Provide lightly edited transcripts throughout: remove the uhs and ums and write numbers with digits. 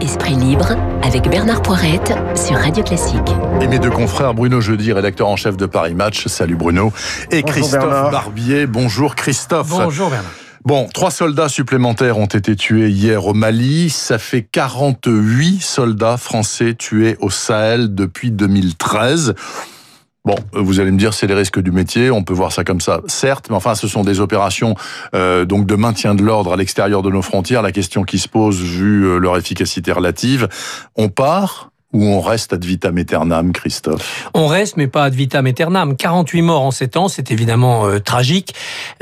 Esprit libre avec Bernard Poirette sur Radio Classique. Et mes deux confrères, Bruno Jeudi, rédacteur en chef de Paris Match. Salut Bruno. Et bonjour Christophe Bernard. Barbier. Bonjour Christophe. Bonjour Bernard. Bon, 3 soldats supplémentaires ont été tués hier au Mali. Ça fait 48 soldats français tués au Sahel depuis 2013. Bon, vous allez me dire, c'est les risques du métier, on peut voir ça comme ça, certes, mais enfin, ce sont des opérations donc de maintien de l'ordre à l'extérieur de nos frontières. La question qui se pose, vu leur efficacité relative, on part ou on reste ad vitam aeternam, Christophe? On reste, mais pas ad vitam aeternam. 48 morts en 7 ans, c'est évidemment tragique,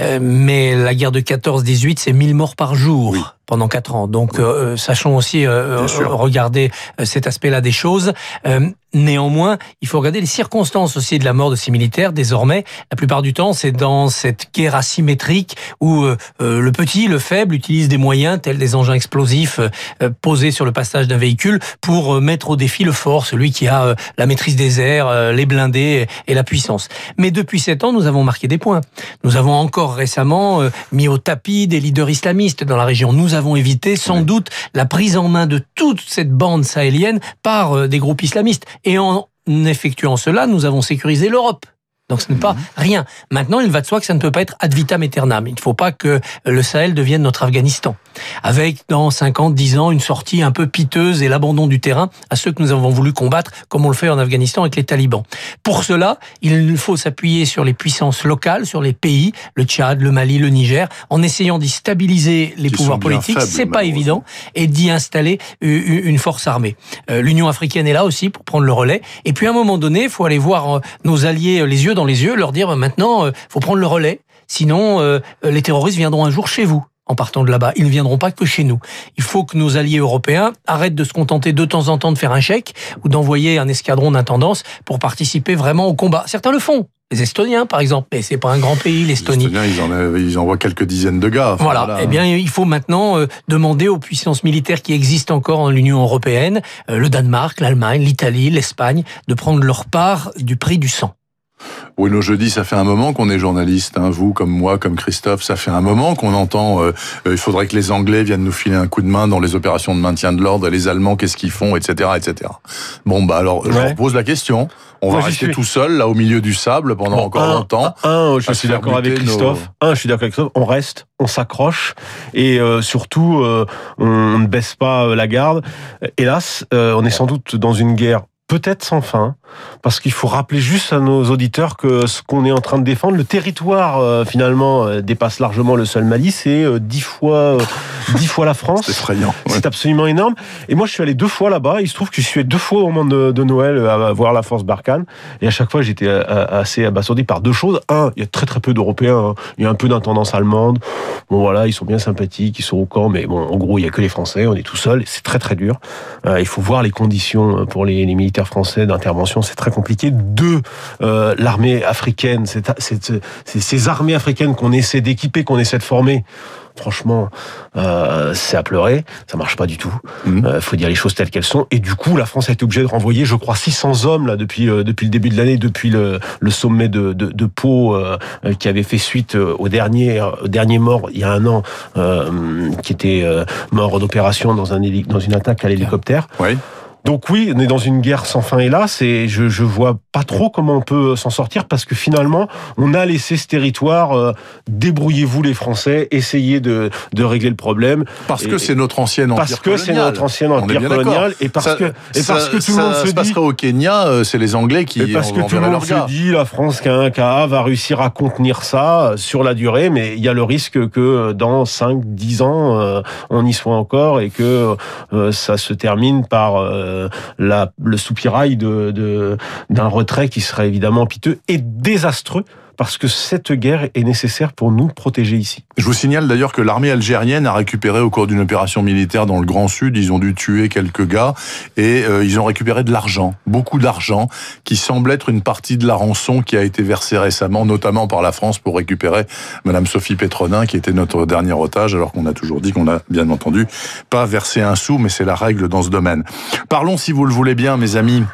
mais la guerre de 14-18, c'est 1000 morts par jour. Oui. Pendant 4 ans. Donc, sachons aussi regarder cet aspect-là des choses. Néanmoins, il faut regarder les circonstances aussi de la mort de ces militaires. Désormais, la plupart du temps, c'est dans cette guerre asymétrique où le petit, le faible, utilise des moyens tels des engins explosifs posés sur le passage d'un véhicule pour mettre au défi le fort, celui qui a la maîtrise des airs, les blindés et la puissance. Mais depuis 7 ans, nous avons marqué des points. Nous avons encore récemment mis au tapis des leaders islamistes dans la région. Nous avons évité sans doute la prise en main de toute cette bande sahélienne par des groupes islamistes. Et en effectuant cela, nous avons sécurisé l'Europe. Donc ce n'est pas rien. Maintenant, il va de soi que ça ne peut pas être ad vitam aeternam. Il ne faut pas que le Sahel devienne notre Afghanistan. Avec, dans 50, 10 ans, une sortie un peu piteuse et l'abandon du terrain à ceux que nous avons voulu combattre, comme on le fait en Afghanistan avec les talibans. Pour cela, il faut s'appuyer sur les puissances locales, sur les pays, le Tchad, le Mali, le Niger, en essayant d'y stabiliser les pouvoirs politiques. C'est pas évident. Et d'y installer une force armée. L'Union africaine est là aussi pour prendre le relais. Et puis à un moment donné, il faut aller voir nos alliés les yeux dans les yeux, leur dire maintenant, faut prendre le relais, sinon les terroristes viendront un jour chez vous. En partant de là-bas, ils ne viendront pas que chez nous. Il faut que nos alliés européens arrêtent de se contenter de temps en temps de faire un chèque ou d'envoyer un escadron d'intendance pour participer vraiment au combat. Certains le font. Les Estoniens, par exemple, mais c'est pas un grand pays, l'Estonie. Les Estoniens, ils envoient quelques dizaines de gars. Enfin, voilà. Eh bien, il faut maintenant demander aux puissances militaires qui existent encore en Union européenne, le Danemark, l'Allemagne, l'Italie, l'Espagne, de prendre leur part du prix du sang. Bruno Jeudi, ça fait un moment qu'on est journaliste, hein, vous comme moi, comme Christophe, ça fait un moment qu'on entend il faudrait que les Anglais viennent nous filer un coup de main dans les opérations de maintien de l'ordre, et les Allemands, qu'est-ce qu'ils font, etc., etc. Bon, bah alors, je vous pose la question. On va rester tout seul, là, au milieu du sable, pendant encore longtemps. Je suis d'accord avec Christophe. On reste, on s'accroche, et surtout, on ne baisse pas la garde. Hélas, on est sans doute dans une guerre peut-être sans fin, parce qu'il faut rappeler juste à nos auditeurs que ce qu'on est en train de défendre, le territoire finalement dépasse largement le seul Mali, c'est 10 fois la France. C'est effrayant. Ouais. C'est absolument énorme. Et moi, je suis allé 2 fois là-bas. Il se trouve que je suis allé 2 fois au moment de Noël à voir la force Barkhane. Et à chaque fois, j'étais assez abasourdi par 2 choses. Un, il y a très très peu d'Européens. Hein. Il y a un peu d'intendance allemande. Bon voilà, ils sont bien sympathiques, ils sont au camp, mais bon, en gros, il y a que les Français. On est tout seul. C'est très très dur. Il faut voir les conditions pour les militaires français d'intervention. C'est très compliqué. 2, l'armée africaine, c'est ces armées africaines qu'on essaie d'équiper, qu'on essaie de former. Franchement, c'est à pleurer. Ça marche pas du tout. Faut dire les choses telles qu'elles sont. Et du coup, la France a été obligée de renvoyer, je crois, 600 hommes là depuis le début de l'année, depuis le sommet de Pau, qui avait fait suite au dernier mort il y a 1 an, qui était mort d'opération dans une attaque à l'hélicoptère. Oui. Donc oui, on est dans une guerre sans fin, hélas, et je vois pas trop comment on peut s'en sortir, parce que finalement, on a laissé ce territoire, débrouillez-vous les Français, essayez de régler le problème. Parce que c'est notre ancien empire colonial. Parce que c'est notre ancien empire colonial, et parce que tout le monde se dit... passerait au Kenya, c'est les Anglais qui enverraient leurs gars. Parce que tout le monde se dit, la France KA va réussir à contenir ça sur la durée, mais il y a le risque que dans 5-10 ans, on y soit encore, et que ça se termine par... le soupirail d'un retrait qui serait évidemment piteux et désastreux, parce que cette guerre est nécessaire pour nous protéger ici. Je vous signale d'ailleurs que l'armée algérienne a récupéré au cours d'une opération militaire dans le Grand Sud, ils ont dû tuer quelques gars, et ils ont récupéré de l'argent, beaucoup d'argent, qui semble être une partie de la rançon qui a été versée récemment, notamment par la France, pour récupérer Madame Sophie Pétronin, qui était notre dernier otage, alors qu'on a toujours dit qu'on n'a bien entendu pas versé un sou, mais c'est la règle dans ce domaine. Parlons, si vous le voulez bien, mes amis,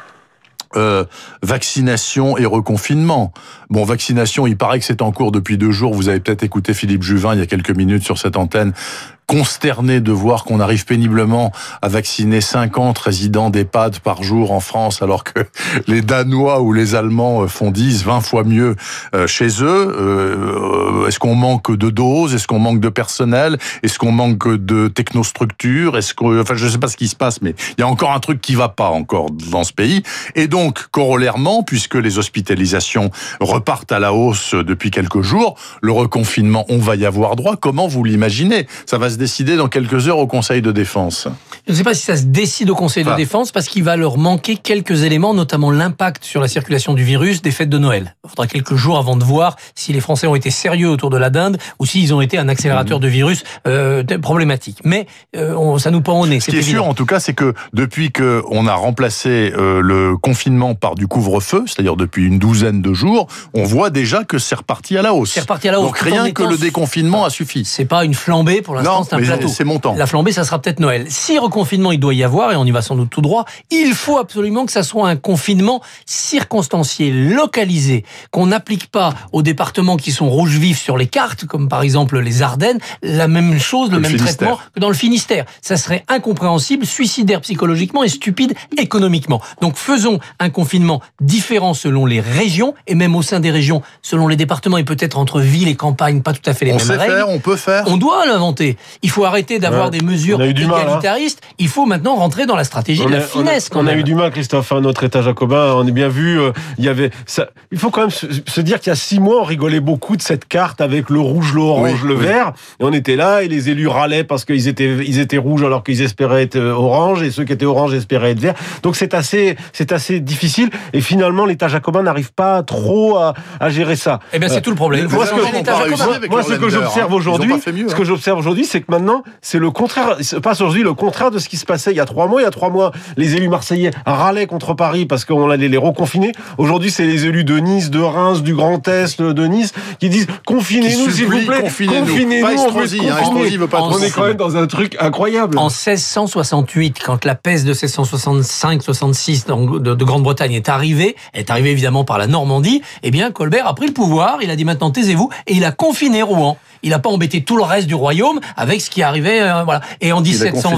vaccination et reconfinement. Bon, vaccination, il paraît que c'est en cours depuis 2 jours. Vous avez peut-être écouté Philippe Juvin il y a quelques minutes sur cette antenne. consterné de voir qu'on arrive péniblement à vacciner 50 résidents d'EHPAD par jour en France, alors que les Danois ou les Allemands font 10, 20 fois mieux chez eux. Est-ce qu'on manque de doses? Est-ce qu'on manque de personnel? Est-ce qu'on manque de technostructure? Enfin, je ne sais pas ce qui se passe, mais il y a encore un truc qui va pas encore dans ce pays. Et donc, corollairement, puisque les hospitalisations repartent à la hausse depuis quelques jours, le reconfinement, on va y avoir droit. Comment vous l'imaginez? Ça va se décider dans quelques heures au Conseil de défense. Je ne sais pas si ça se décide au Conseil de défense, parce qu'il va leur manquer quelques éléments, notamment l'impact sur la circulation du virus des fêtes de Noël. Il faudra quelques jours avant de voir si les Français ont été sérieux autour de la dinde ou s'ils ont été un accélérateur de virus problématique. Mais ça nous pend au nez. Ce qui est sûr, en tout cas, c'est que depuis qu'on a remplacé le confinement par du couvre-feu, c'est-à-dire depuis une douzaine de jours, on voit déjà que c'est reparti à la hausse. C'est reparti à la hausse. Donc rien que le déconfinement a suffi. C'est pas une flambée, pour l'instant, c'est un plateau. C'est montant. La flambée, ça sera peut-être Noël. Si reconfinement il doit y avoir, et on y va sans doute tout droit, il faut absolument que ça soit un confinement circonstancié, localisé, qu'on n'applique pas aux départements qui sont rouge vif sur les cartes, comme par exemple les Ardennes, la même chose, le même traitement que dans le Finistère. Ça serait incompréhensible, suicidaire psychologiquement et stupide économiquement. Donc faisons un confinement différent selon les régions, et même au sein des régions, selon les départements, et peut-être entre villes et campagnes, pas tout à fait les mêmes règles. On sait faire, on peut faire. On doit l'inventer. Il faut arrêter d'avoir des mesures égalitaristes. Il faut maintenant rentrer dans la stratégie de la finesse. On a eu du mal, Christophe, à notre État jacobin. On a bien vu, il y avait ça. Il faut quand même se dire qu'il y a 6 mois, on rigolait beaucoup de cette carte avec le rouge, le orange, le vert. Et on était là, et les élus râlaient parce qu'ils étaient rouges alors qu'ils espéraient être orange, et ceux qui étaient orange espéraient être verts. Donc c'est assez difficile. Et finalement, l'État jacobin n'arrive pas trop à gérer ça. Eh bien, c'est tout le problème. Moi, ce que j'observe aujourd'hui, c'est que maintenant, c'est le contraire. C'est pas aujourd'hui le contraire de ce qui se passait il y a 3 mois. Il y a 3 mois, les élus marseillais râlaient contre Paris parce qu'on allait les reconfiner. Aujourd'hui, c'est les élus de Nice, de Reims, du Grand Est, de Nice, qui disent confinez-nous, s'il vous plaît. Confinez-nous. Pas Estrosi, Estrosi veut pas. On est quand même dans un truc incroyable. En 1668, quand la peste de 1665-66 de Grande-Bretagne est arrivée évidemment par la Normandie, eh bien, Colbert a pris le pouvoir, il a dit maintenant taisez-vous, et il a confiné Rouen. Il n'a pas embêté tout le reste du royaume avec ce qui arrivait, voilà. Et en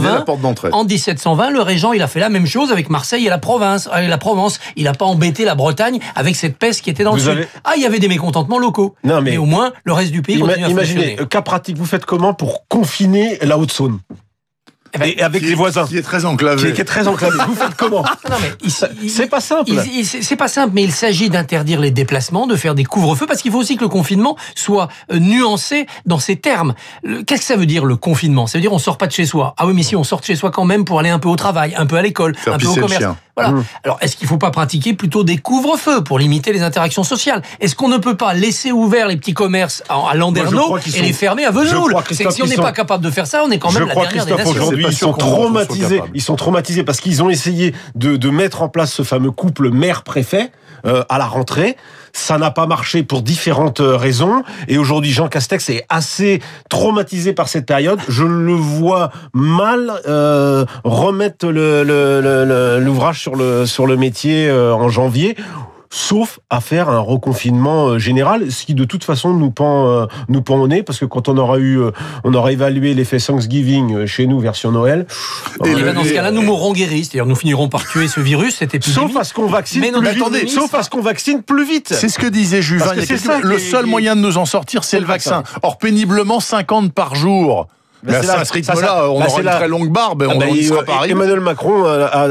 1720, le régent, il a fait la même chose avec Marseille et la Provence. Il n'a pas embêté la Bretagne avec cette peste qui était dans le sud. Il y avait des mécontentements locaux. Non, mais au moins, le reste du pays continue à fonctionner. Imaginez, cas pratique, vous faites comment pour confiner la Haute-Saône? Et avec les voisins. Qui est très enclavé. Qui est très enclavé. Vous faites comment? Non, mais c'est pas simple. C'est pas simple, mais il s'agit d'interdire les déplacements, de faire des couvre-feux, parce qu'il faut aussi que le confinement soit nuancé dans ses termes. Qu'est-ce que ça veut dire, le confinement? Ça veut dire on sort pas de chez soi. Ah oui, mais si, on sort de chez soi quand même pour aller un peu au travail, un peu à l'école, un peu au commerce. Voilà. Alors, est-ce qu'il ne faut pas pratiquer plutôt des couvre-feux pour limiter les interactions sociales? Est-ce qu'on ne peut pas laisser ouverts les petits commerces à Landerneau et les fermer à Vesoul? Si on n'est pas capable de faire ça, on est quand même la dernière des nations. Aujourd'hui, ils sont traumatisés. Ils sont traumatisés parce qu'ils ont essayé de mettre en place ce fameux couple maire-préfet à la rentrée. Ça n'a pas marché pour différentes raisons. Et aujourd'hui, Jean Castex est assez traumatisé par cette période. Je le vois mal remettre l'ouvrage sur le métier en janvier. Sauf à faire un reconfinement général, ce qui de toute façon nous pend au nez, parce que quand on aura évalué l'effet Thanksgiving chez nous version Noël. Et dans ce cas-là, nous mourrons guéris, c'est-à-dire nous finirons par tuer ce virus, cette épidémie. Sauf à ce qu'on vaccine plus vite. C'est ce que disait Juvin. Le seul moyen de nous en sortir, c'est le vaccin. Or, péniblement 50 par jour. Mais à ce rythme-là, on aura une très longue barbe et on ne sera pas arrivé. Emmanuel Macron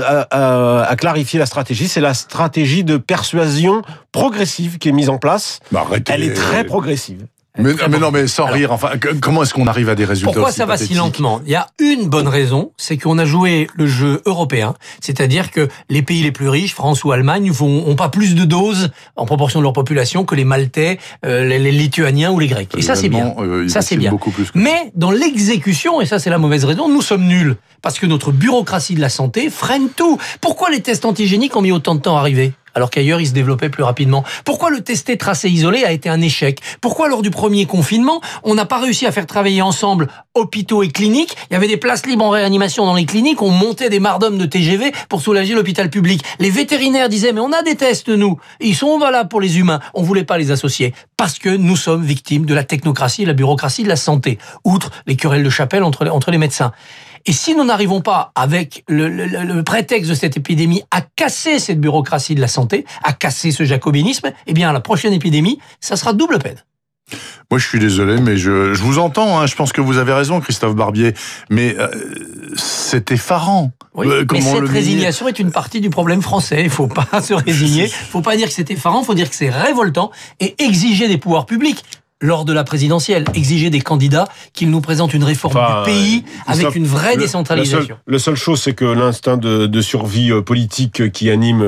a clarifié la stratégie. C'est la stratégie de persuasion progressive qui est mise en place. Elle est très progressive. Mais non, mais sans rire, enfin, comment est-ce qu'on arrive à des résultats Pourquoi ça va si lentement? Il y a une bonne raison, c'est qu'on a joué le jeu européen, c'est-à-dire que les pays les plus riches, France ou Allemagne, n'ont pas plus de doses en proportion de leur population que les Maltais, les Lituaniens ou les Grecs. Et ça, c'est bien. Ça, c'est bien. Mais dans l'exécution, et ça, c'est la mauvaise raison, nous sommes nuls. Parce que notre bureaucratie de la santé freine tout. Pourquoi les tests antigéniques ont mis autant de temps à arriver ? alors qu'ailleurs, il se développait plus rapidement? Pourquoi le tester, tracer, isoler a été un échec? Pourquoi lors du premier confinement, on n'a pas réussi à faire travailler ensemble hôpitaux et cliniques? Il y avait des places libres en réanimation dans les cliniques, on montait des mardomes de TGV pour soulager l'hôpital public. Les vétérinaires disaient, mais on a des tests, nous. Ils sont valables pour les humains. On voulait pas les associer. Parce que nous sommes victimes de la technocratie et de la bureaucratie de la santé. Outre les querelles de chapelle entre les médecins. Et si nous n'arrivons pas, avec le prétexte de cette épidémie, à casser cette bureaucratie de la santé, à casser ce jacobinisme, eh bien, la prochaine épidémie, ça sera double peine. Moi, je suis désolé, mais je vous entends. Hein. Je pense que vous avez raison, Christophe Barbier. Mais c'est effarant. Oui, mais cette résignation est une partie du problème français. Il faut pas se résigner. Il faut pas dire que c'est effarant. Il faut dire que c'est révoltant et exiger des pouvoirs publics. Lors de la présidentielle, exiger des candidats qu'ils nous présentent une réforme du pays avec une vraie décentralisation. La seule chose, c'est que l'instinct de survie politique qui anime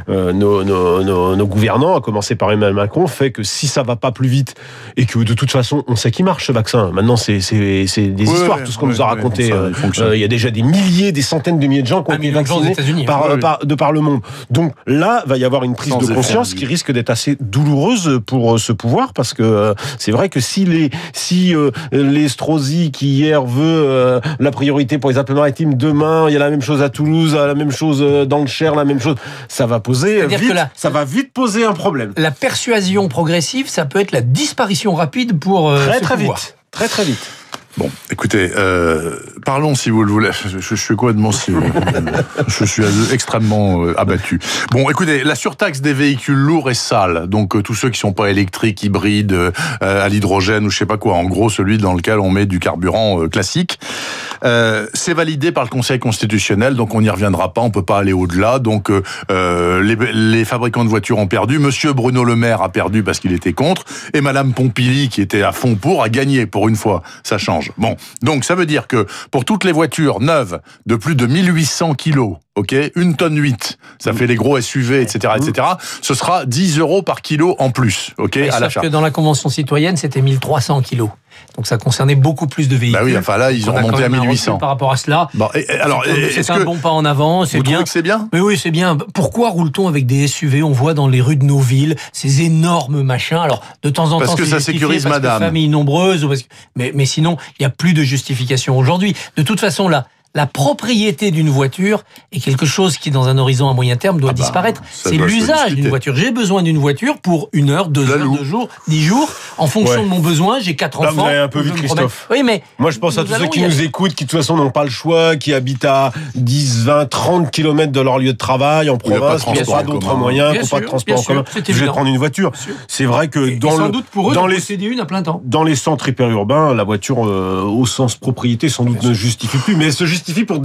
nos gouvernants, à commencer par Emmanuel Macron, fait que si ça va pas plus vite et que de toute façon, on sait qu'il marche ce vaccin. Maintenant, c'est des histoires, tout ce qu'on nous a raconté. Il y a déjà des milliers, des centaines de milliers de gens qui ont été vaccinés de par le monde. Donc là, va y avoir une prise de conscience qui risque d'être assez douloureuse pour ce pouvoir, parce que c'est vrai que si les Estrosi qui hier veut la priorité pour les Alpes-Maritimes, demain il y a la même chose à Toulouse, la même chose dans le Cher, la même chose, ça va vite poser un problème. La persuasion progressive, ça peut être la disparition rapide pour très vite. Très vite. Bon, écoutez, parlons si vous le voulez. Je suis complètement, je suis extrêmement abattu. Bon, écoutez, la surtaxe des véhicules lourds et sales, donc tous ceux qui sont pas électriques, hybrides, à l'hydrogène ou je sais pas quoi, en gros celui dans lequel on met du carburant classique, c'est validé par le Conseil constitutionnel, donc on n'y reviendra pas, on peut pas aller au-delà. Donc les fabricants de voitures ont perdu. Monsieur Bruno Le Maire a perdu parce qu'il était contre, et Madame Pompili, qui était à fond pour, a gagné pour une fois. Ça change. Bon, donc ça veut dire que pour toutes les voitures neuves de plus de 1800 kilos, ok, 1 tonne 8, ça fait les gros SUV, etc., ce sera 10 € par kilo en plus, ok, à l'achat. Sauf que dans la Convention citoyenne, c'était 1300 kilos. Donc ça concernait beaucoup plus de véhicules. Bah oui, enfin là, ils ont remonté à 1800. Par rapport à cela, bon, alors, c'est un bon pas en avant, c'est bien. Vous trouvez que c'est bien ? Oui, c'est bien. Pourquoi roule-t-on avec des SUV ? On voit dans les rues de nos villes ces énormes machins. Alors, de temps en temps, parce que ça sécurise madame. Famille nombreuse, mais sinon, il n'y a plus de justification aujourd'hui. De toute façon, là, la propriété d'une voiture est quelque chose qui, dans un horizon à moyen terme, doit disparaître. C'est l'usage d'une voiture. J'ai besoin d'une voiture pour 1 heure, 2 heures, 2 jours, 10 jours. En fonction de mon besoin, j'ai 4 enfants. Là, vous allez un peu vite, Christophe. Oui, mais moi, je pense à tous ceux qui nous écoutent, qui de toute façon n'ont pas le choix, qui habitent à 10, 20, 30 km de leur lieu de travail, en province, qui n'ont pas d'autres moyens, qui n'ont pas de transport en commun. Je vais prendre une voiture. C'est vrai que sans doute pour eux, d'en posséder une à plein temps. Dans les centres hyperurbains, la voiture, au sens propriété, sans doute ne justifie plus, mais elle se justifie pour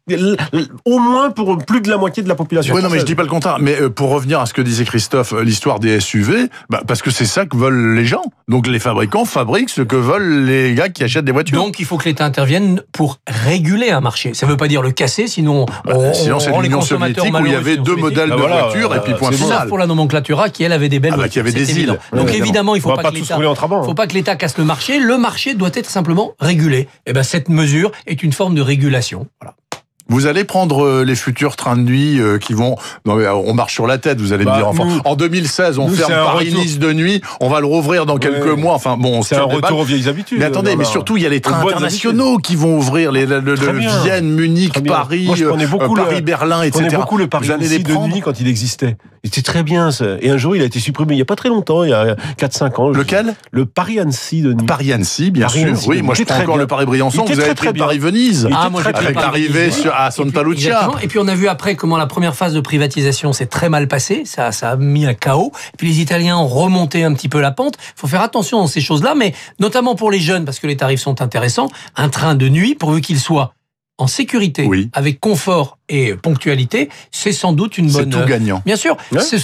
au moins pour plus de la moitié de la population. Oui, non, mais je dis pas le contraire. Mais pour revenir à ce que disait Christophe, l'histoire des SUV, parce que c'est ça que veulent les gens. Donc les fabricants fabriquent ce que veulent les gars qui achètent des voitures. Donc il faut que l'État intervienne pour réguler un marché. Ça ne veut pas dire le casser, sinon sinon c'est l'Union soviétique où il y avait 2 modèles de voitures et puis point final. Pour la nomenclatura qui elle avait des belles voitures. Qui avait des îles. Donc évidemment il ne faut pas que l'État casse le marché. Le marché doit être simplement régulé. Et ben cette mesure est une forme de régulation. Voilà. Vous allez prendre les futurs trains de nuit qui vont... Non, mais on marche sur la tête, vous allez me dire. Enfin, en 2016, on ferme Paris-Nice de nuit, on va le rouvrir dans quelques mois. Enfin, bon, c'est un retour aux vieilles habitudes. Mais attendez, mais surtout, il y a les trains internationaux qui vont ouvrir, le Vienne, Munich, Paris, Paris-Berlin, etc. Je connais beaucoup le Paris-Nice de nuit quand il existait. C'était très bien, ça. Et un jour, il a été supprimé il n'y a pas très longtemps, il y a 4-5 ans. Lequel ? Le Paris-Annecy de nuit. Paris-Annecy, bien sûr. Oui, moi je prends encore le Paris-Briançon. Vous avez pris Paris-Venise. Avec l'arrivée à Santa Lucia. Et puis on a vu après comment la première phase de privatisation s'est très mal passée. Ça a mis un chaos. Et puis les Italiens ont remonté un petit peu la pente. Il faut faire attention dans ces choses-là, mais notamment pour les jeunes, parce que les tarifs sont intéressants. Un train de nuit, pourvu qu'il soit en sécurité, avec confort et ponctualité, c'est sans doute une bonne... C'est tout gagnant. Bien sûr,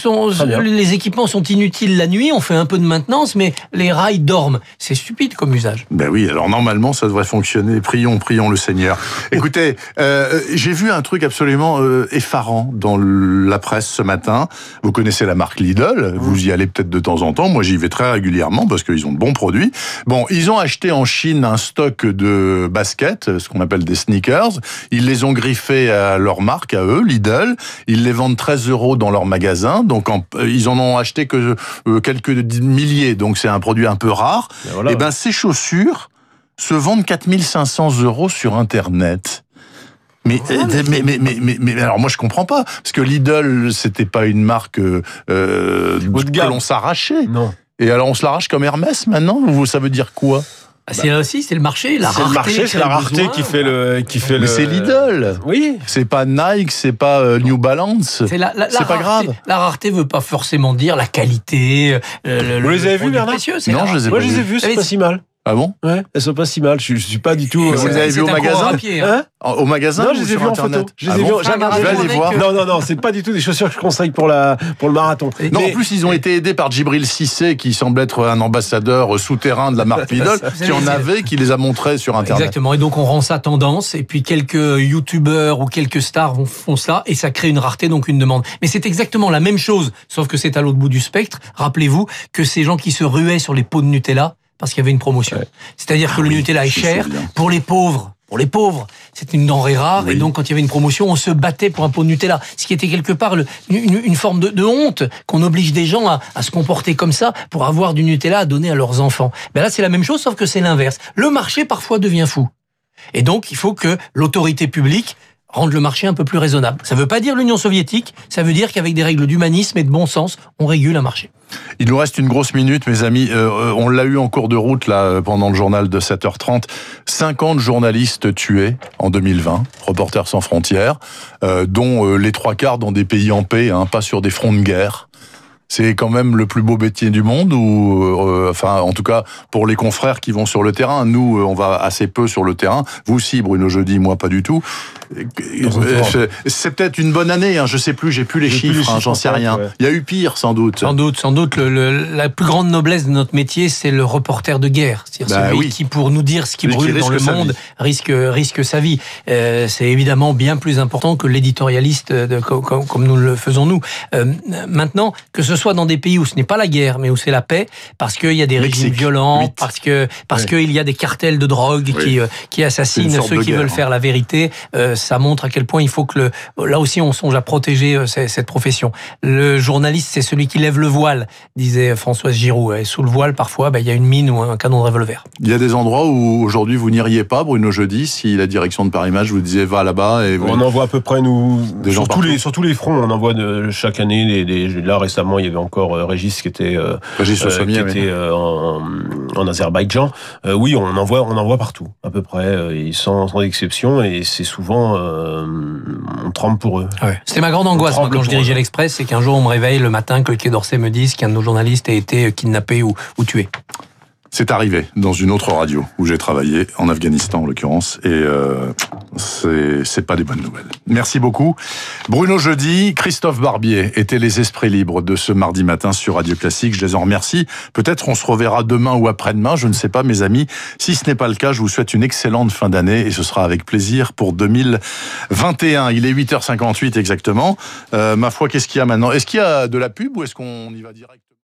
les équipements sont inutiles la nuit, on fait un peu de maintenance, mais les rails dorment. C'est stupide comme usage. Ben oui, alors normalement, ça devrait fonctionner. Prions le Seigneur. Écoutez, j'ai vu un truc absolument effarant dans la presse ce matin. Vous connaissez la marque Lidl, vous y allez peut-être de temps en temps. Moi, j'y vais très régulièrement parce qu'ils ont de bons produits. Bon, ils ont acheté en Chine un stock de baskets, ce qu'on appelle des sneakers. Ils les ont griffés à leur leur marque à eux, Lidl. Ils les vendent 13 € dans leur magasin. Donc, ils en ont acheté que quelques milliers. Donc, c'est un produit un peu rare. Voilà. Et ben, ces chaussures se vendent 4 500 € sur Internet. Mais alors moi je comprends pas, parce que Lidl c'était pas une marque que l'on s'arrachait. Non. Et alors on se l'arrache comme Hermès maintenant, ou ça veut dire quoi? C'est là aussi, c'est le marché, la rareté. C'est le marché, c'est la rareté qui fait le. Mais c'est Lidl. Oui. C'est pas Nike, c'est pas New Balance. C'est pas grave. La rareté veut pas forcément dire la qualité. Vous les avez vus, Bernard? Non, je les ai pas vus. Moi je les ai vus, c'est pas si mal. Ah bon? Ouais, elles sont pas si mal. Je suis pas du tout. Vous les avez vus au magasin? Au magasin? Non, je les ai vus en photo. Je les ai vus. Je vais aller voir. Non, c'est pas du tout des chaussures que je conseille pour le marathon. Non, en plus, ils ont été aidés par Djibril Cissé, qui semble être un ambassadeur souterrain de la marque Lidl, qui les a montrés sur Internet. Exactement. Et donc, on rend ça tendance, et puis quelques youtubeurs ou quelques stars font ça, et ça crée une rareté, donc une demande. Mais c'est exactement la même chose, sauf que c'est à l'autre bout du spectre. Rappelez-vous que ces gens qui se ruaient sur les pots de Nutella, parce qu'il y avait une promotion. Ouais. C'est-à-dire que le Nutella est cher pour les pauvres. Pour les pauvres, c'est une denrée rare, et donc quand il y avait une promotion, on se battait pour un pot de Nutella. Ce qui était quelque part une forme de honte, qu'on oblige des gens à se comporter comme ça pour avoir du Nutella à donner à leurs enfants. Ben là, c'est la même chose, sauf que c'est l'inverse. Le marché, parfois, devient fou. Et donc, il faut que l'autorité publique rendre le marché un peu plus raisonnable. Ça ne veut pas dire l'Union soviétique, ça veut dire qu'avec des règles d'humanisme et de bon sens, on régule un marché. Il nous reste une grosse minute, mes amis. On l'a eu en cours de route là pendant le journal de 7h30. 50 journalistes tués en 2020, Reporters sans frontières, dont les 3/4 dans des pays en paix, pas sur des fronts de guerre. C'est quand même le plus beau métier du monde, ou enfin, en tout cas, pour les confrères qui vont sur le terrain. Nous, on va assez peu sur le terrain. Vous aussi, Bruno Jeudi, moi pas du tout. C'est peut-être une bonne année, je sais plus, j'ai plus les chiffres, j'en sais rien. Ouais. Il y a eu pire, sans doute. Sans doute. La plus grande noblesse de notre métier, c'est le reporter de guerre. C'est-à-dire celui qui, pour nous dire ce qui brûle dans le monde, risque sa vie. C'est évidemment bien plus important que l'éditorialiste, comme nous le faisons nous. Maintenant, que ce soit dans des pays où ce n'est pas la guerre, mais où c'est la paix, parce qu'il y a des régimes violents, parce qu'il y a des cartels de drogue qui assassinent ceux qui veulent faire la vérité, ça montre à quel point il faut que là aussi on songe à protéger cette profession. Le journaliste, c'est celui qui lève le voile, disait Françoise Giroud. Et sous le voile, parfois, il y a une mine ou un canon de revolver. Il y a des endroits où aujourd'hui vous n'iriez pas, Bruno Jeudi, si la direction de Paris Match vous disait va là-bas. Et on envoie à peu près sur tous les fronts, on envoie chaque année. Là récemment, il y avait encore Régis qui était en Azerbaïdjan. Oui, on envoie partout, à peu près, sans exception, et c'est souvent on tremble pour eux. Ouais. C'était ma grande angoisse quand je dirigeais l'Express, c'est qu'un jour on me réveille le matin que le Quai d'Orsay me dise qu'un de nos journalistes a été kidnappé ou tué. C'est arrivé dans une autre radio où j'ai travaillé, en Afghanistan en l'occurrence, et c'est pas des bonnes nouvelles. Merci beaucoup. Bruno Jeudi, Christophe Barbier étaient les esprits libres de ce mardi matin sur Radio Classique. Je les en remercie. Peut-être on se reverra demain ou après-demain, je ne sais pas, mes amis. Si ce n'est pas le cas, je vous souhaite une excellente fin d'année, et ce sera avec plaisir pour 2021. Il est 8h58 exactement. Ma foi, qu'est-ce qu'il y a maintenant? Est-ce qu'il y a de la pub ou est-ce qu'on y va direct?